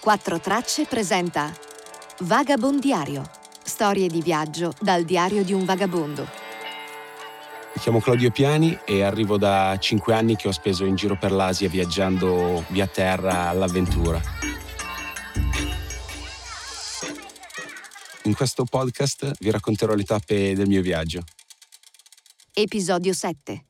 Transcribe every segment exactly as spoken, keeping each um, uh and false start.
Quattro Tracce presenta Vagabondiario. Storie di viaggio dal diario di un vagabondo. Mi chiamo Claudio Piani e arrivo da cinque anni che ho speso in giro per l'Asia viaggiando via terra all'avventura. In questo podcast vi racconterò le tappe del mio viaggio. Episodio sette.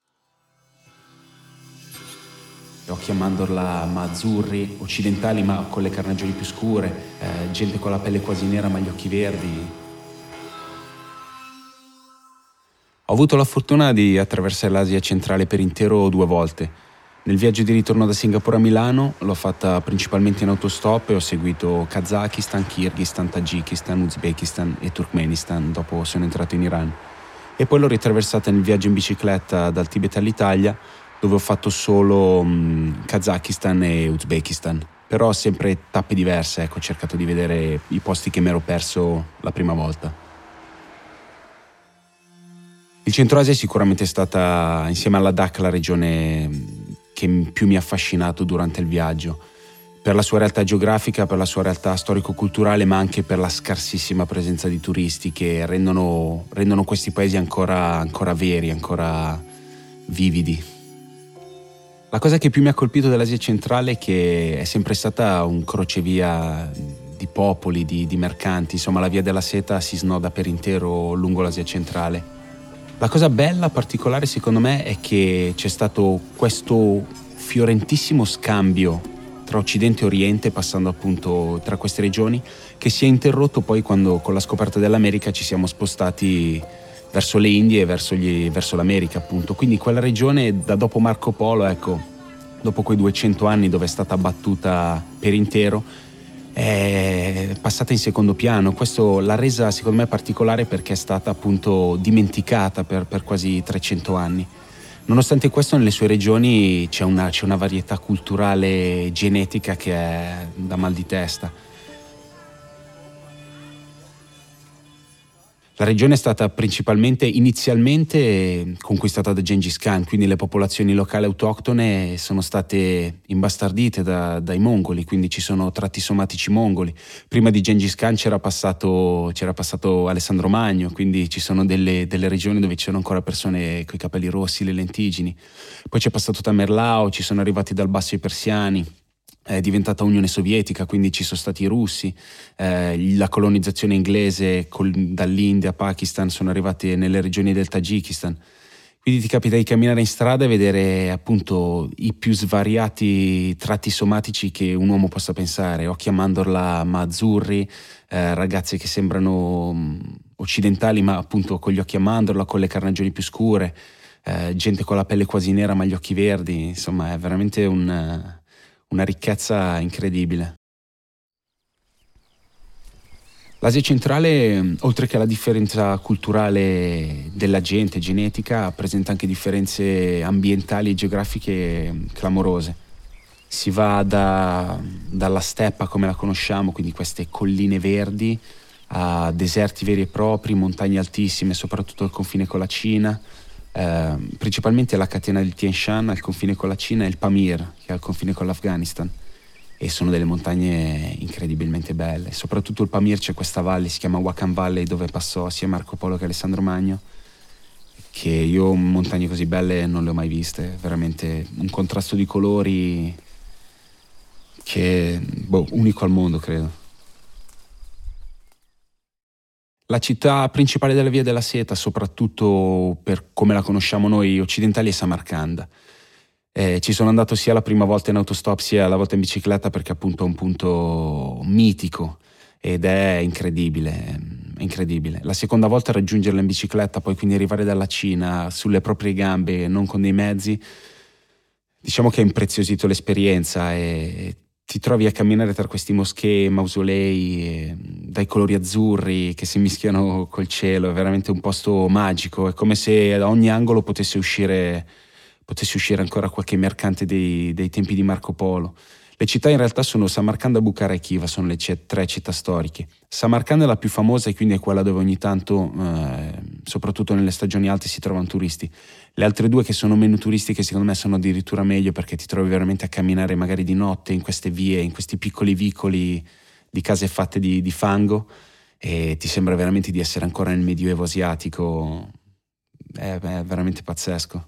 Occhi a mandorla ma azzurri, occidentali ma con le carnagioni più scure, eh, gente con la pelle quasi nera ma gli occhi verdi. Ho avuto la fortuna di attraversare l'Asia centrale per intero due volte. Nel viaggio di ritorno da Singapore a Milano l'ho fatta principalmente in autostop e ho seguito Kazakistan, Kirghizistan, Tagikistan, Uzbekistan e Turkmenistan, dopo sono entrato in Iran. E poi l'ho riattraversata nel viaggio in bicicletta dal Tibet all'Italia, dove ho fatto solo mh, Kazakistan e Uzbekistan, però sempre tappe diverse, ecco, ho cercato di vedere i posti che mi ero perso la prima volta. Il Centro Asia è sicuramente stata, insieme alla Ladakh, la regione che più mi ha affascinato durante il viaggio, per la sua realtà geografica, per la sua realtà storico-culturale, ma anche per la scarsissima presenza di turisti che rendono, rendono questi paesi ancora, ancora veri, ancora vividi. La cosa che più mi ha colpito dell'Asia centrale è che è sempre stata un crocevia di popoli, di, di mercanti, insomma la via della seta si snoda per intero lungo l'Asia centrale. La cosa bella, particolare secondo me, è che c'è stato questo fiorentissimo scambio tra Occidente e Oriente, passando appunto tra queste regioni, che si è interrotto poi quando con la scoperta dell'America ci siamo spostati verso le Indie e verso, gli, verso l'America appunto. Quindi quella regione da dopo Marco Polo, ecco, dopo quei duecento anni dove è stata battuta per intero, è passata in secondo piano. Questo l'ha resa secondo me particolare perché è stata appunto dimenticata per, per quasi trecento anni. Nonostante questo nelle sue regioni c'è una, c'è una varietà culturale genetica che è da mal di testa. La regione è stata principalmente, inizialmente, conquistata da Gengis Khan, quindi le popolazioni locali autoctone sono state imbastardite da, dai mongoli, quindi ci sono tratti somatici mongoli. Prima di Gengis Khan c'era passato, c'era passato Alessandro Magno, quindi ci sono delle, delle regioni dove ci sono ancora persone con i capelli rossi, le lentiggini. Poi c'è passato Tamerlao, ci sono arrivati dal basso i persiani. È diventata Unione Sovietica, quindi ci sono stati i russi, eh, la colonizzazione inglese col, dall'India a Pakistan, sono arrivati nelle regioni del Tagikistan. Quindi ti capita di camminare in strada e vedere appunto i più svariati tratti somatici che un uomo possa pensare, occhi a mandorla ma azzurri, eh, ragazze che sembrano mh, occidentali ma appunto con gli occhi a mandorla, con le carnagioni più scure, eh, gente con la pelle quasi nera ma gli occhi verdi, insomma è veramente un... una ricchezza incredibile. L'Asia centrale, oltre che alla differenza culturale della gente, genetica, presenta anche differenze ambientali e geografiche clamorose. Si va da, dalla steppa come la conosciamo, quindi queste colline verdi, a deserti veri e propri, montagne altissime, soprattutto al confine con la Cina, Eh, principalmente la catena del Tian Shan al confine con la Cina e il Pamir che è al confine con l'Afghanistan, e sono delle montagne incredibilmente belle. Soprattutto il Pamir, c'è questa valle, si chiama Wakhan Valley, dove passò sia Marco Polo che Alessandro Magno, che io montagne così belle non le ho mai viste, veramente un contrasto di colori che boh, unico al mondo credo. La città principale della Via della Seta, soprattutto per come la conosciamo noi occidentali, è Samarcanda. Eh, ci sono andato sia la prima volta in autostop sia la volta in bicicletta perché appunto è un punto mitico ed è incredibile, è incredibile. La seconda volta raggiungerla in bicicletta, poi quindi arrivare dalla Cina sulle proprie gambe, non con dei mezzi, diciamo che ha impreziosito l'esperienza e ti trovi a camminare tra questi moschee, mausolei, e dai colori azzurri che si mischiano col cielo, è veramente un posto magico, è come se da ogni angolo potesse uscire, potesse uscire ancora qualche mercante dei, dei tempi di Marco Polo. Le città in realtà sono Samarcanda, Bukhara e Khiva, sono le c- tre città storiche. Samarcanda è la più famosa e quindi è quella dove ogni tanto, eh, soprattutto nelle stagioni alte, si trovano turisti. Le altre due, che sono meno turistiche, secondo me sono addirittura meglio, perché ti trovi veramente a camminare magari di notte in queste vie, in questi piccoli vicoli di case fatte di, di fango, e ti sembra veramente di essere ancora nel Medioevo asiatico. È, è veramente pazzesco.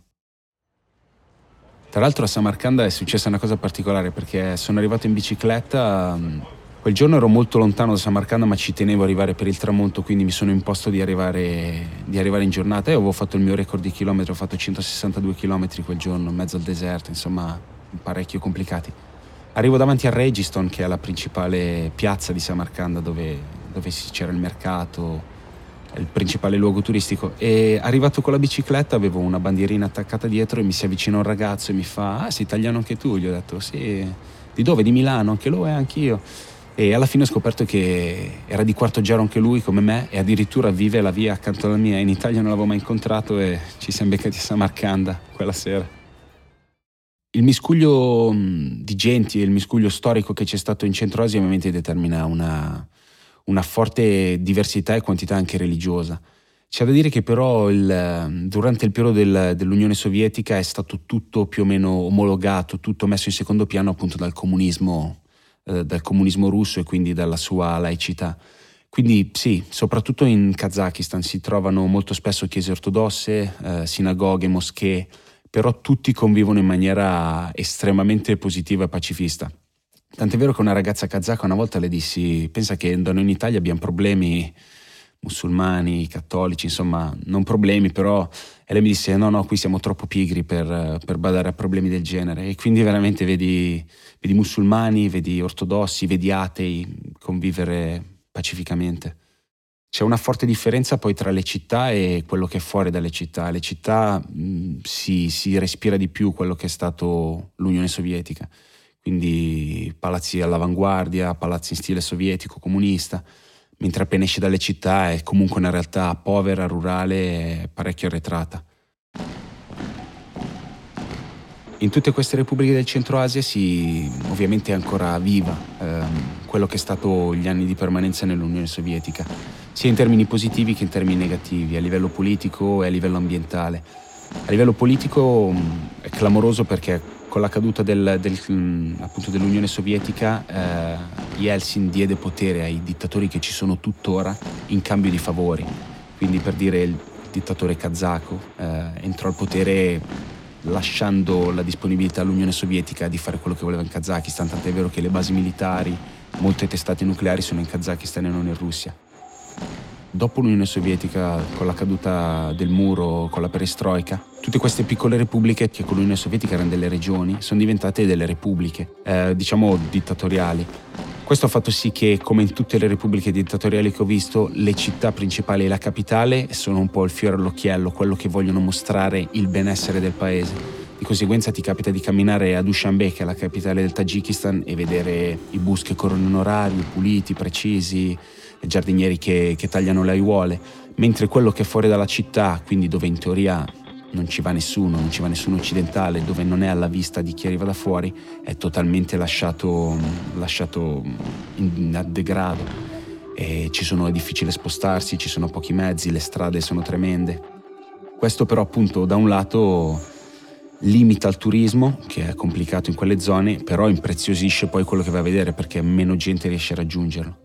Tra l'altro a Samarcanda è successa una cosa particolare, perché sono arrivato in bicicletta. Quel giorno ero molto lontano da Samarcanda, ma ci tenevo ad arrivare per il tramonto, quindi mi sono imposto di arrivare, di arrivare in giornata, e avevo fatto il mio record di chilometri. Ho fatto centosessantadue chilometri quel giorno, in mezzo al deserto, insomma, parecchio complicati. Arrivo davanti a Registon, che è la principale piazza di Samarcanda, dove, dove c'era il mercato, è il principale luogo turistico, e arrivato con la bicicletta avevo una bandierina attaccata dietro, e mi si avvicina un ragazzo e mi fa: ah, sei italiano anche tu? Gli ho detto: sì. Di dove? Di Milano? Anche lo è, anch'io. E alla fine ho scoperto che era di Quartogero anche lui, come me, e addirittura vive la via accanto alla mia. In Italia non l'avevo mai incontrato, e ci siamo beccati a Samarcanda quella sera. Il miscuglio di genti e il miscuglio storico che c'è stato in Centro Asia ovviamente determina una, una forte diversità e quantità anche religiosa. C'è da dire che però il, durante il periodo del, dell'Unione Sovietica è stato tutto più o meno omologato, tutto messo in secondo piano appunto dal comunismo dal comunismo russo, e quindi dalla sua laicità. Quindi sì, soprattutto in Kazakistan si trovano molto spesso chiese ortodosse, eh, sinagoghe, moschee, però tutti convivono in maniera estremamente positiva e pacifista. Tant'è vero che una ragazza kazaka una volta le dissi: pensa che da noi in Italia abbiamo problemi musulmani, cattolici, insomma, non problemi, però. E lei mi disse: no, no, qui siamo troppo pigri per, per badare a problemi del genere. E quindi veramente vedi, vedi musulmani, vedi ortodossi, vedi atei convivere pacificamente. C'è una forte differenza poi tra le città e quello che è fuori dalle città. Le città mh, si, si respira di più quello che è stato l'Unione Sovietica, quindi palazzi all'avanguardia, palazzi in stile sovietico, comunista, mentre appena esci dalle città è comunque una realtà povera, rurale e parecchio arretrata. In tutte queste repubbliche del Centro Asia si ovviamente è ancora viva ehm, quello che è stato gli anni di permanenza nell'Unione Sovietica, sia in termini positivi che in termini negativi, a livello politico e a livello ambientale. A livello politico mh, è clamoroso, perché con la caduta del, del, mh, appunto dell'Unione Sovietica eh, Yeltsin diede potere ai dittatori che ci sono tuttora in cambio di favori. Quindi, per dire, il dittatore kazako eh, entrò al potere lasciando la disponibilità all'Unione Sovietica di fare quello che voleva in Kazakistan, tant'è vero che le basi militari, molte testate nucleari sono in Kazakistan e non in Russia. Dopo l'Unione Sovietica, con la caduta del muro, con la perestroika, tutte queste piccole repubbliche, che con l'Unione Sovietica erano delle regioni, sono diventate delle repubbliche, eh, diciamo dittatoriali. Questo ha fatto sì che, come in tutte le repubbliche dittatoriali che ho visto, le città principali e la capitale sono un po' il fiore all'occhiello, quello che vogliono mostrare il benessere del paese. Di conseguenza ti capita di camminare a Dushanbe, che è la capitale del Tagikistan, e vedere i bus che corrono in orario, puliti, precisi, giardinieri che, che tagliano le aiuole, mentre quello che è fuori dalla città, quindi dove in teoria non ci va nessuno, non ci va nessuno occidentale, dove non è alla vista di chi arriva da fuori, è totalmente lasciato, lasciato in degrado. E ci sono, è difficile spostarsi, ci sono pochi mezzi, le strade sono tremende. Questo però appunto da un lato limita il turismo, che è complicato in quelle zone, però impreziosisce poi quello che va a vedere, perché meno gente riesce a raggiungerlo.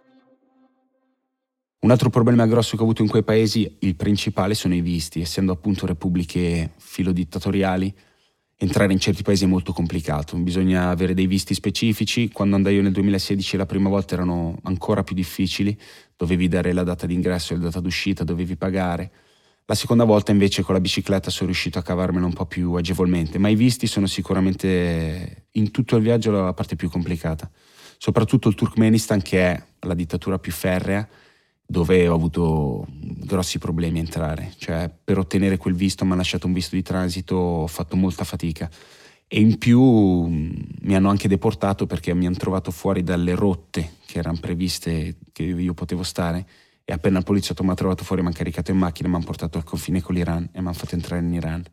Un altro problema grosso che ho avuto in quei paesi, il principale, sono i visti. Essendo appunto repubbliche filodittatoriali, entrare in certi paesi è molto complicato. Bisogna avere dei visti specifici. Quando andai io nel duemilasedici la prima volta erano ancora più difficili. Dovevi dare la data d'ingresso e la data d'uscita, dovevi pagare. La seconda volta invece con la bicicletta sono riuscito a cavarmela un po' più agevolmente. Ma i visti sono sicuramente in tutto il viaggio la parte più complicata. Soprattutto il Turkmenistan, che è la dittatura più ferrea, dove ho avuto grossi problemi a entrare. Cioè, per ottenere quel visto mi hanno lasciato un visto di transito, ho fatto molta fatica, e in più mi hanno anche deportato, perché mi hanno trovato fuori dalle rotte che erano previste che io potevo stare, e appena il poliziotto mi ha trovato fuori mi hanno caricato in macchina, mi hanno portato al confine con l'Iran e mi hanno fatto entrare in Iran.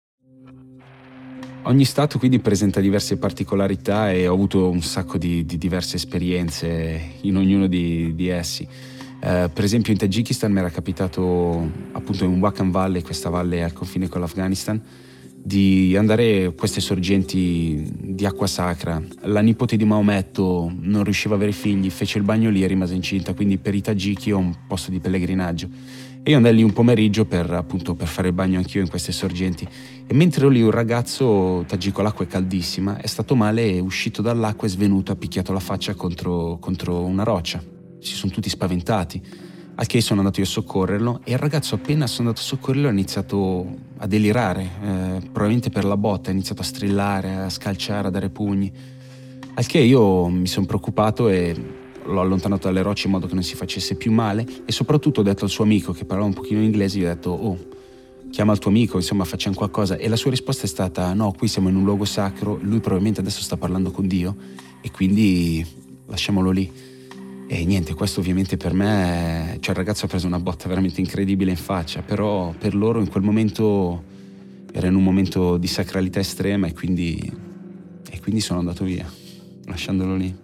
Ogni stato quindi presenta diverse particolarità, e ho avuto un sacco di, di diverse esperienze in ognuno di, di essi. Uh, per esempio in Tagikistan mi era capitato appunto in Wakhan Valley, questa valle al confine con l'Afghanistan, di andare a queste sorgenti di acqua sacra. La nipote di Maometto non riusciva a avere figli, fece il bagno lì e rimase incinta, quindi per i tagiki è un posto di pellegrinaggio. E io andai lì un pomeriggio per, appunto, per fare il bagno anch'io in queste sorgenti. E mentre ero lì un ragazzo tagico, l'acqua è caldissima, è stato male, è uscito dall'acqua, è svenuto, ha picchiato la faccia contro, contro una roccia. Si sono tutti spaventati, al che sono andato io a soccorrerlo, e il ragazzo, appena sono andato a soccorrerlo, ha iniziato a delirare, eh, probabilmente per la botta, ha iniziato a strillare, a scalciare, a dare pugni, al che io mi sono preoccupato e l'ho allontanato dalle rocce in modo che non si facesse più male, e soprattutto ho detto al suo amico, che parlava un pochino in inglese, gli ho detto: oh, chiama il tuo amico, insomma facciamo qualcosa. E la sua risposta è stata: no, qui siamo in un luogo sacro, lui probabilmente adesso sta parlando con Dio e quindi lasciamolo lì. E niente, questo ovviamente per me, cioè il ragazzo ha preso una botta veramente incredibile in faccia, però per loro in quel momento era in un momento di sacralità estrema, e quindi, e quindi sono andato via, lasciandolo lì.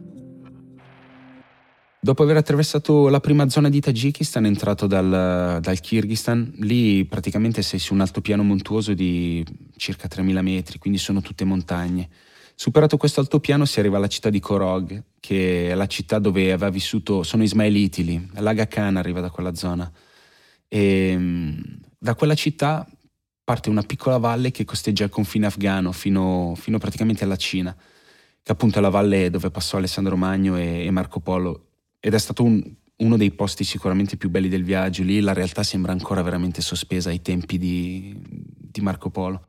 Dopo aver attraversato la prima zona di Tagikistan, entrato dal, dal Kirghizistan, lì praticamente sei su un altopiano montuoso di circa tremila metri, quindi sono tutte montagne. Superato questo altopiano si arriva alla città di Korog, che è la città dove aveva vissuto, sono ismaeliti lì, l'Aga Khan arriva da quella zona. E da quella città parte una piccola valle che costeggia il confine afghano fino, fino praticamente alla Cina, che appunto è la valle dove passò Alessandro Magno e, e Marco Polo, ed è stato un, uno dei posti sicuramente più belli del viaggio. Lì la realtà sembra ancora veramente sospesa ai tempi di, di Marco Polo.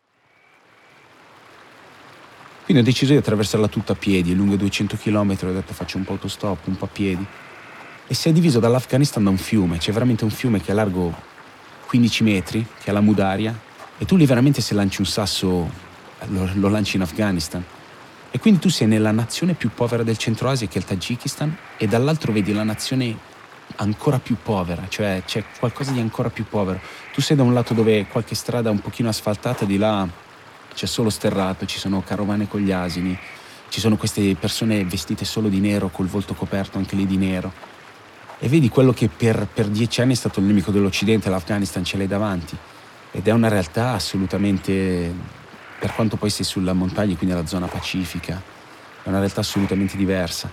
Quindi ho deciso di attraversarla tutta a piedi, è lunga duecento chilometri, ho detto faccio un po' autostop, un po' a piedi. E si è diviso dall'Afghanistan da un fiume, c'è veramente un fiume che è largo quindici metri, che è la Mudaria, e tu lì veramente se lanci un sasso lo, lo lanci in Afghanistan. E quindi tu sei nella nazione più povera del Centro Asia, che è il Tagikistan, e dall'altro vedi la nazione ancora più povera, cioè c'è qualcosa di ancora più povero. Tu sei da un lato dove qualche strada un pochino asfaltata, di là c'è solo sterrato, ci sono carovane con gli asini, ci sono queste persone vestite solo di nero, col volto coperto anche lì di nero. E vedi quello che per, per dieci anni è stato il nemico dell'Occidente, l'Afghanistan, ce l'hai davanti. Ed è una realtà assolutamente, per quanto poi sei sulla montagna, quindi alla zona pacifica, è una realtà assolutamente diversa.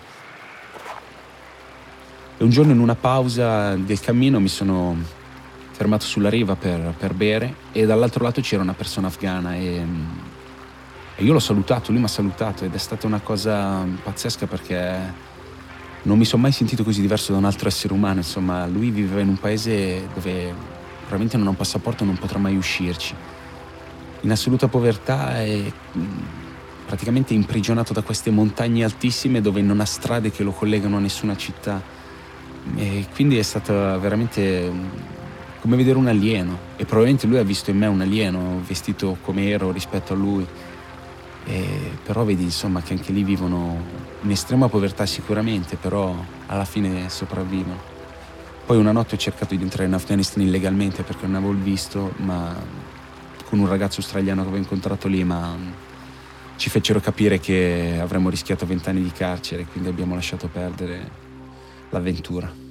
E un giorno in una pausa del cammino mi sono fermato sulla riva per, per bere, e dall'altro lato c'era una persona afghana e, e io l'ho salutato, lui mi ha salutato, ed è stata una cosa pazzesca perché non mi sono mai sentito così diverso da un altro essere umano. Insomma, lui viveva in un paese dove probabilmente non ha un passaporto e non potrà mai uscirci, in assoluta povertà, e praticamente imprigionato da queste montagne altissime dove non ha strade che lo collegano a nessuna città. E quindi è stata veramente come vedere un alieno, e probabilmente lui ha visto in me un alieno, vestito come ero rispetto a lui. E però vedi insomma che anche lì vivono in estrema povertà sicuramente, però alla fine sopravvivono. Poi una notte ho cercato di entrare in Afghanistan illegalmente perché non avevo il visto, ma con un ragazzo australiano che avevo incontrato lì, ma ci fecero capire che avremmo rischiato vent'anni di carcere, quindi abbiamo lasciato perdere l'avventura.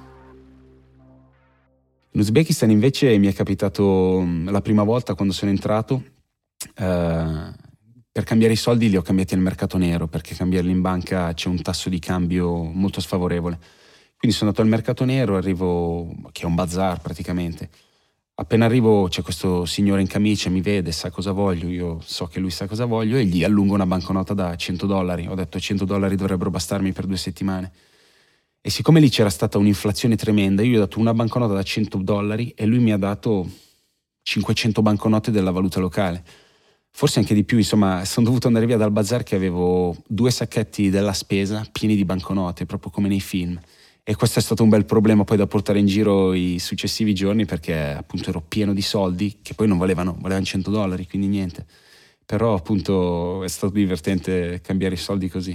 In Uzbekistan invece mi è capitato la prima volta quando sono entrato, eh, per cambiare i soldi li ho cambiati nel mercato nero, perché cambiarli in banca c'è un tasso di cambio molto sfavorevole. Quindi sono andato al mercato nero, arrivo, che è un bazar praticamente. Appena arrivo c'è questo signore in camicia, mi vede, sa cosa voglio, io so che lui sa cosa voglio, e gli allungo una banconota da cento dollari. Ho detto cento dollari dovrebbero bastarmi per due settimane. E siccome lì c'era stata un'inflazione tremenda, io gli ho dato una banconota da cento dollari e lui mi ha dato cinquecento banconote della valuta locale. Forse anche di più, insomma, sono dovuto andare via dal bazar che avevo due sacchetti della spesa pieni di banconote, proprio come nei film. E questo è stato un bel problema poi da portare in giro i successivi giorni, perché appunto ero pieno di soldi che poi non valevano, valevano cento dollari, quindi niente. Però appunto è stato divertente cambiare i soldi così.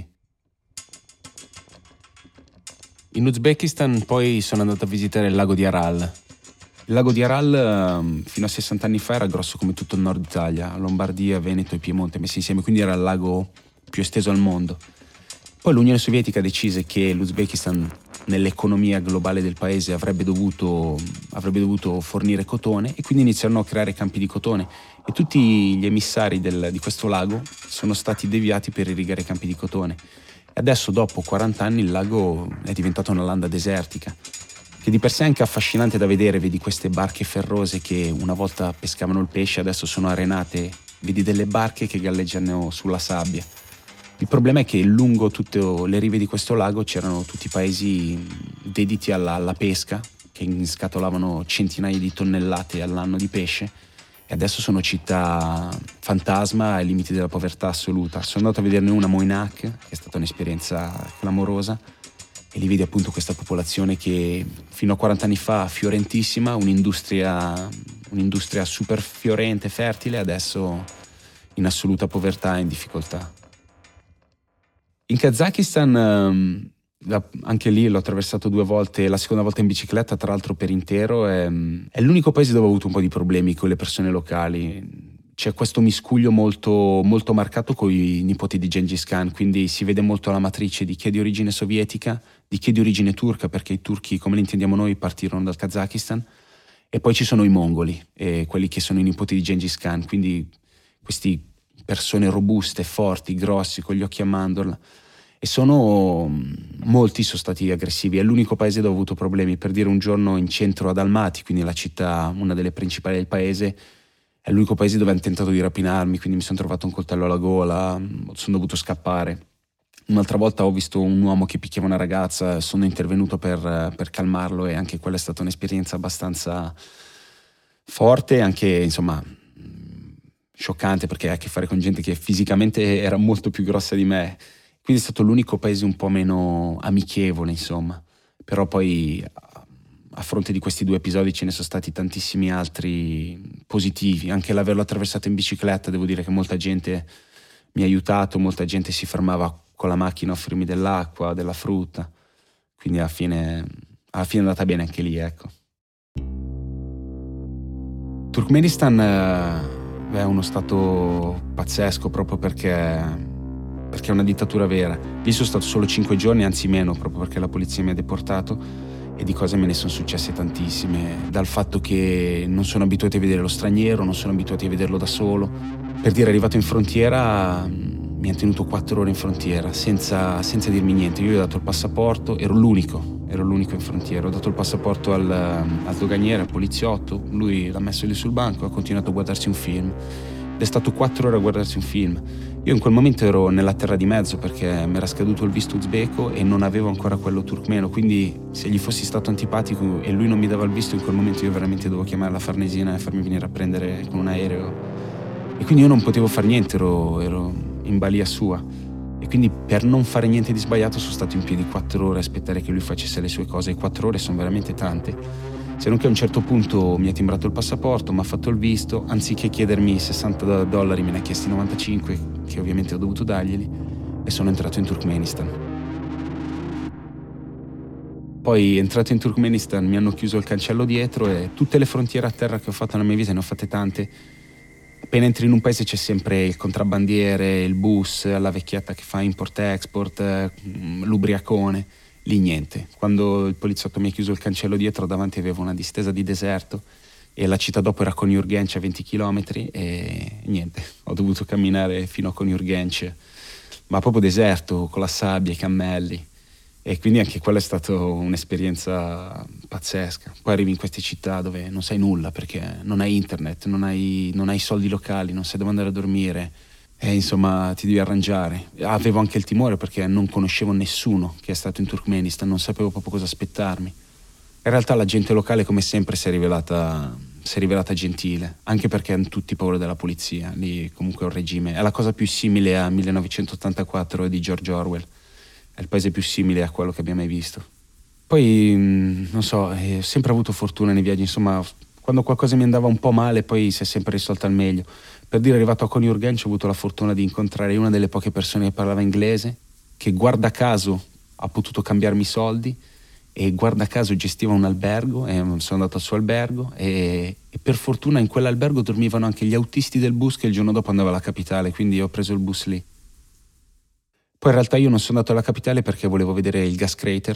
In Uzbekistan poi sono andato a visitare il lago di Aral. Il lago di Aral fino a sessanta anni fa era grosso come tutto il nord Italia, Lombardia, Veneto e Piemonte messi insieme, quindi era il lago più esteso al mondo. Poi l'Unione Sovietica decise che l'Uzbekistan nell'economia globale del paese avrebbe dovuto, avrebbe dovuto fornire cotone, e quindi iniziarono a creare campi di cotone e tutti gli emissari del, di questo lago sono stati deviati per irrigare i campi di cotone. E adesso, dopo quaranta anni, il lago è diventato una landa desertica, che di per sé è anche affascinante da vedere. Vedi queste barche ferrose che una volta pescavano il pesce, adesso sono arenate, vedi delle barche che galleggiano sulla sabbia. Il problema è che lungo tutte le rive di questo lago c'erano tutti i paesi dediti alla, alla pesca, che scatolavano centinaia di tonnellate all'anno di pesce, e adesso sono città fantasma ai limiti della povertà assoluta. Sono andato a vederne una a Moynac, che è stata un'esperienza clamorosa, e lì vedi appunto questa popolazione che fino a quaranta anni fa fiorentissima, un'industria, un'industria super fiorente, fertile, adesso in assoluta povertà e in difficoltà. In Kazakistan, anche lì l'ho attraversato due volte, la seconda volta in bicicletta, tra l'altro per intero. È, è l'unico paese dove ho avuto un po' di problemi con le persone locali. C'è questo miscuglio molto, molto marcato con i nipoti di Gengis Khan, quindi si vede molto la matrice di chi è di origine sovietica, di chi è di origine turca, perché i turchi, come li intendiamo noi, partirono dal Kazakistan, e poi ci sono i mongoli, e quelli che sono i nipoti di Gengis Khan, quindi queste persone robuste, forti, grossi, con gli occhi a mandorla. E sono molti sono stati aggressivi. È l'unico paese dove ho avuto problemi. Per dire, un giorno in centro ad Almaty, quindi la città, una delle principali del paese, è l'unico paese dove hanno tentato di rapinarmi, quindi mi sono trovato un coltello alla gola, sono dovuto scappare. Un'altra volta ho visto un uomo che picchiava una ragazza, sono intervenuto per, per calmarlo, e anche quella è stata un'esperienza abbastanza forte, anche insomma scioccante, perché ha a che fare con gente che fisicamente era molto più grossa di me. Quindi è stato l'unico paese un po' meno amichevole, insomma. Però poi, a fronte di questi due episodi, ce ne sono stati tantissimi altri positivi. Anche l'averlo attraversato in bicicletta, devo dire che molta gente mi ha aiutato, molta gente si fermava con la macchina a offrirmi dell'acqua, della frutta. Quindi alla fine, alla fine è andata bene anche lì, ecco. Turkmenistan è uno stato pazzesco, proprio perché... perché è una dittatura vera. Lì sono stato solo cinque giorni, anzi meno, proprio perché la polizia mi ha deportato, e di cose me ne sono successe tantissime. Dal fatto che non sono abituati a vedere lo straniero, non sono abituati a vederlo da solo. Per dire, arrivato in frontiera, mi hanno tenuto quattro ore in frontiera, senza, senza dirmi niente. Io gli ho dato il passaporto, ero l'unico, ero l'unico in frontiera. Ho dato il passaporto al, al doganiere, al poliziotto, lui l'ha messo lì sul banco, ha continuato a guardarsi un film. Ed è stato quattro ore a guardarsi un film. Io in quel momento ero nella terra di mezzo, perché mi era scaduto il visto uzbeko e non avevo ancora quello turkmeno, quindi se gli fossi stato antipatico e lui non mi dava il visto, in quel momento io veramente dovevo chiamare la Farnesina e farmi venire a prendere con un aereo. E quindi io non potevo fare niente, ero, ero in balia sua. E quindi per non fare niente di sbagliato sono stato in piedi quattro ore a aspettare che lui facesse le sue cose, e quattro ore sono veramente tante. Se non che a un certo punto mi ha timbrato il passaporto, mi ha fatto il visto, anziché chiedermi sessanta dollari me ne ha chiesti novantacinque, che ovviamente ho dovuto darglieli, e sono entrato in Turkmenistan. Poi, entrato in Turkmenistan, mi hanno chiuso il cancello dietro, e tutte le frontiere a terra che ho fatto nella mia vita, ne ho fatte tante. Appena entri in un paese c'è sempre il contrabbandiere, il bus, la vecchietta che fa import-export, l'ubriacone. Lì niente. Quando il poliziotto mi ha chiuso il cancello dietro, davanti avevo una distesa di deserto, e la città dopo era Konyurgench a venti chilometri, e niente, ho dovuto camminare fino a Konyurgench, ma proprio deserto, con la sabbia, i cammelli, e quindi anche quella è stata un'esperienza pazzesca. Poi arrivi in queste città dove non sai nulla, perché non hai internet, non hai, non hai soldi locali, non sai dove andare a dormire. E insomma ti devi arrangiare. Avevo anche il timore, perché non conoscevo nessuno che è stato in Turkmenistan, non sapevo proprio cosa aspettarmi. In realtà la gente locale, come sempre, si è rivelata, si è rivelata gentile, anche perché hanno tutti paura della polizia. Lì comunque è un regime, è la cosa più simile a millenovecentottantaquattro di George Orwell, è il paese più simile a quello che abbiamo mai visto. Poi non so, ho sempre avuto fortuna nei viaggi, insomma, quando qualcosa mi andava un po' male poi si è sempre risolta al meglio. Per dire, arrivato a Konyurgench ho avuto la fortuna di incontrare una delle poche persone che parlava inglese, che guarda caso ha potuto cambiarmi i soldi, e guarda caso gestiva un albergo, e sono andato al suo albergo, e, e per fortuna in quell'albergo dormivano anche gli autisti del bus che il giorno dopo andava alla capitale, quindi ho preso il bus lì. Poi in realtà io non sono andato alla capitale perché volevo vedere il gas crater,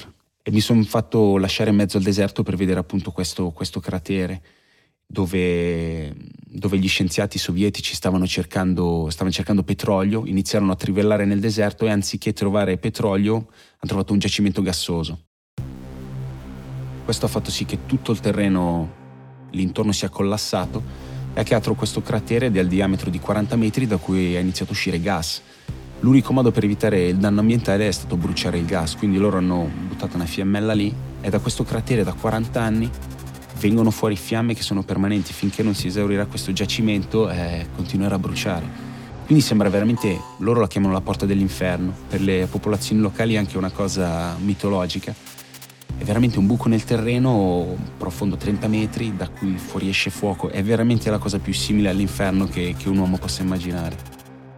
e mi sono fatto lasciare in mezzo al deserto per vedere appunto questo, questo cratere dove, dove gli scienziati sovietici stavano cercando, stavano cercando petrolio, iniziarono a trivellare nel deserto e anziché trovare petrolio hanno trovato un giacimento gassoso. Questo ha fatto sì che tutto il terreno l'intorno sia collassato e ha creato questo cratere del diametro di quaranta metri da cui è iniziato a uscire gas. L'unico modo per evitare il danno ambientale è stato bruciare il gas, quindi loro hanno buttato una fiammella lì e da questo cratere da quaranta anni vengono fuori fiamme che sono permanenti finché non si esaurirà questo giacimento e continuerà a bruciare. Quindi sembra veramente, loro la chiamano la porta dell'inferno, per le popolazioni locali è anche una cosa mitologica. È veramente un buco nel terreno profondo trenta metri da cui fuoriesce fuoco, è veramente la cosa più simile all'inferno che, che un uomo possa immaginare.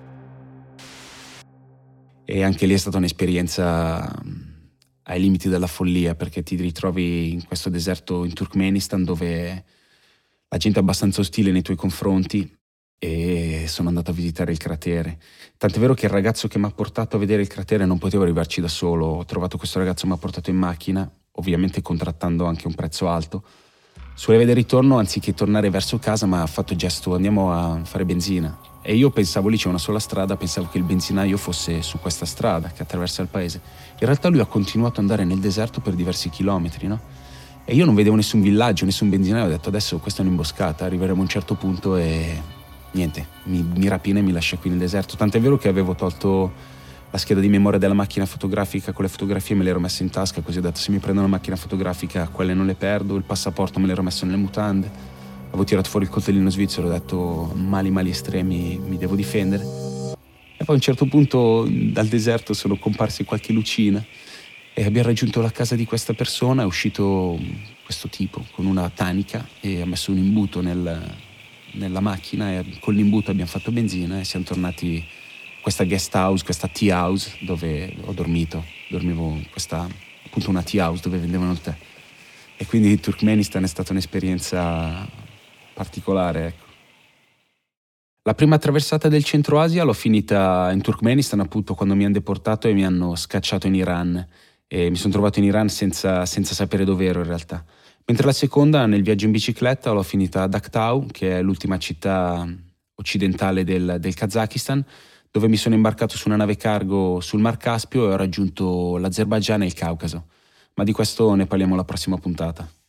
E anche lì è stata un'esperienza ai limiti della follia, perché ti ritrovi in questo deserto in Turkmenistan dove la gente è abbastanza ostile nei tuoi confronti e sono andato a visitare il cratere. Tant'è vero che il ragazzo che mi ha portato a vedere il cratere non potevo arrivarci da solo, ho trovato questo ragazzo, mi ha portato in macchina, ovviamente contrattando anche un prezzo alto. Sulla via del ritorno, anziché tornare verso casa, mi ha fatto il gesto: andiamo a fare benzina. E io pensavo, lì c'è una sola strada, pensavo che il benzinaio fosse su questa strada che attraversa il paese. In realtà lui ha continuato ad andare nel deserto per diversi chilometri, no? E io non vedevo nessun villaggio, nessun benzinaio, ho detto adesso questa è un'imboscata, arriveremo a un certo punto e niente, mi, mi rapina e mi lascia qui nel deserto. Tant'è vero che avevo tolto la scheda di memoria della macchina fotografica con le fotografie, me le ero messe in tasca, così ho detto se mi prendo una macchina fotografica quelle non le perdo, il passaporto me l'ero messo nelle mutande. Avevo tirato fuori il coltellino svizzero, ho detto mali mali estremi, mi devo difendere. E poi a un certo punto dal deserto sono comparse qualche lucina e abbiamo raggiunto la casa di questa persona, è uscito questo tipo con una tanica e ha messo un imbuto nel, nella macchina e con l'imbuto abbiamo fatto benzina e siamo tornati a questa guest house, questa tea house dove ho dormito. Dormivo in questa, appunto una tea house dove vendevano il tè. E quindi il Turkmenistan è stata un'esperienza particolare, ecco. La prima traversata del Centro Asia l'ho finita in Turkmenistan, appunto, quando mi hanno deportato e mi hanno scacciato in Iran e mi sono trovato in Iran senza, senza sapere dove ero in realtà. Mentre la seconda, nel viaggio in bicicletta, l'ho finita ad Akhtau, che è l'ultima città occidentale del, del Kazakistan, dove mi sono imbarcato su una nave cargo sul Mar Caspio e ho raggiunto l'Azerbaigian e il Caucaso. Ma di questo ne parliamo alla prossima puntata.